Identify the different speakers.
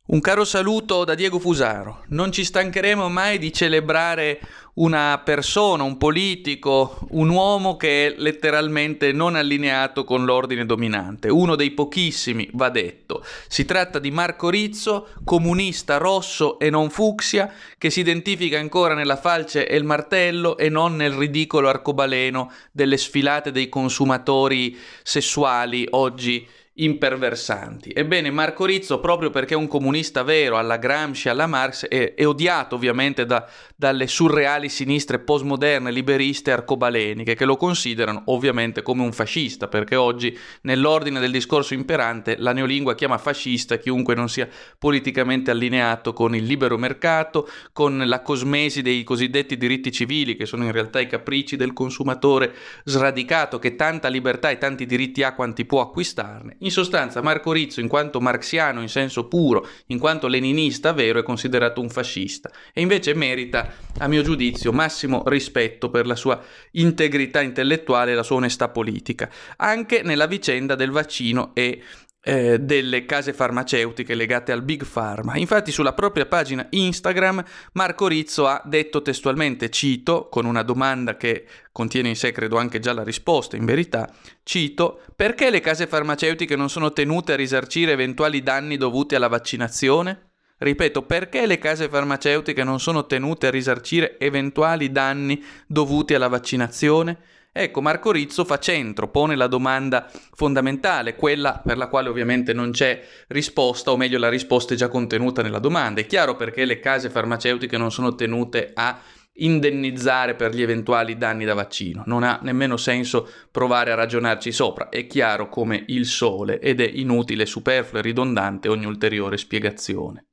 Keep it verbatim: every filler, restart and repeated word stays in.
Speaker 1: Un caro saluto da Diego Fusaro. Non ci stancheremo mai di celebrare una persona, un politico, un uomo che è letteralmente non allineato con l'ordine dominante. Uno dei pochissimi, va detto. Si tratta di Marco Rizzo, comunista rosso e non fucsia, che si identifica ancora nella falce e il martello e non nel ridicolo arcobaleno delle sfilate dei consumatori sessuali oggi imperversanti. Ebbene, Marco Rizzo, proprio perché è un comunista vero, alla Gramsci, alla Marx, è, è odiato ovviamente da, dalle surreali sinistre postmoderne, liberiste, arcobaleniche, che lo considerano ovviamente come un fascista, perché oggi nell'ordine del discorso imperante la neolingua chiama fascista chiunque non sia politicamente allineato con il libero mercato, con la cosmesi dei cosiddetti diritti civili, che sono in realtà i capricci del consumatore sradicato, che tanta libertà e tanti diritti ha quanti può acquistarne. In sostanza, Marco Rizzo, in quanto marxiano in senso puro, in quanto leninista vero, è considerato un fascista e invece merita, a mio giudizio, massimo rispetto per la sua integrità intellettuale e la sua onestà politica, anche nella vicenda del vaccino e Eh, delle case farmaceutiche legate al Big Pharma. Infatti sulla propria pagina Instagram Marco Rizzo ha detto testualmente, cito, con una domanda che contiene in sé credo anche già la risposta in verità, cito: perché le case farmaceutiche non sono tenute a risarcire eventuali danni dovuti alla vaccinazione? Ripeto, perché le case farmaceutiche non sono tenute a risarcire eventuali danni dovuti alla vaccinazione? Ecco, Marco Rizzo fa centro, pone la domanda fondamentale, quella per la quale ovviamente non c'è risposta, o meglio la risposta è già contenuta nella domanda. È chiaro perché le case farmaceutiche non sono tenute a indennizzare per gli eventuali danni da vaccino. Non ha nemmeno senso provare a ragionarci sopra, è chiaro come il sole ed è inutile, superflua e ridondante ogni ulteriore spiegazione.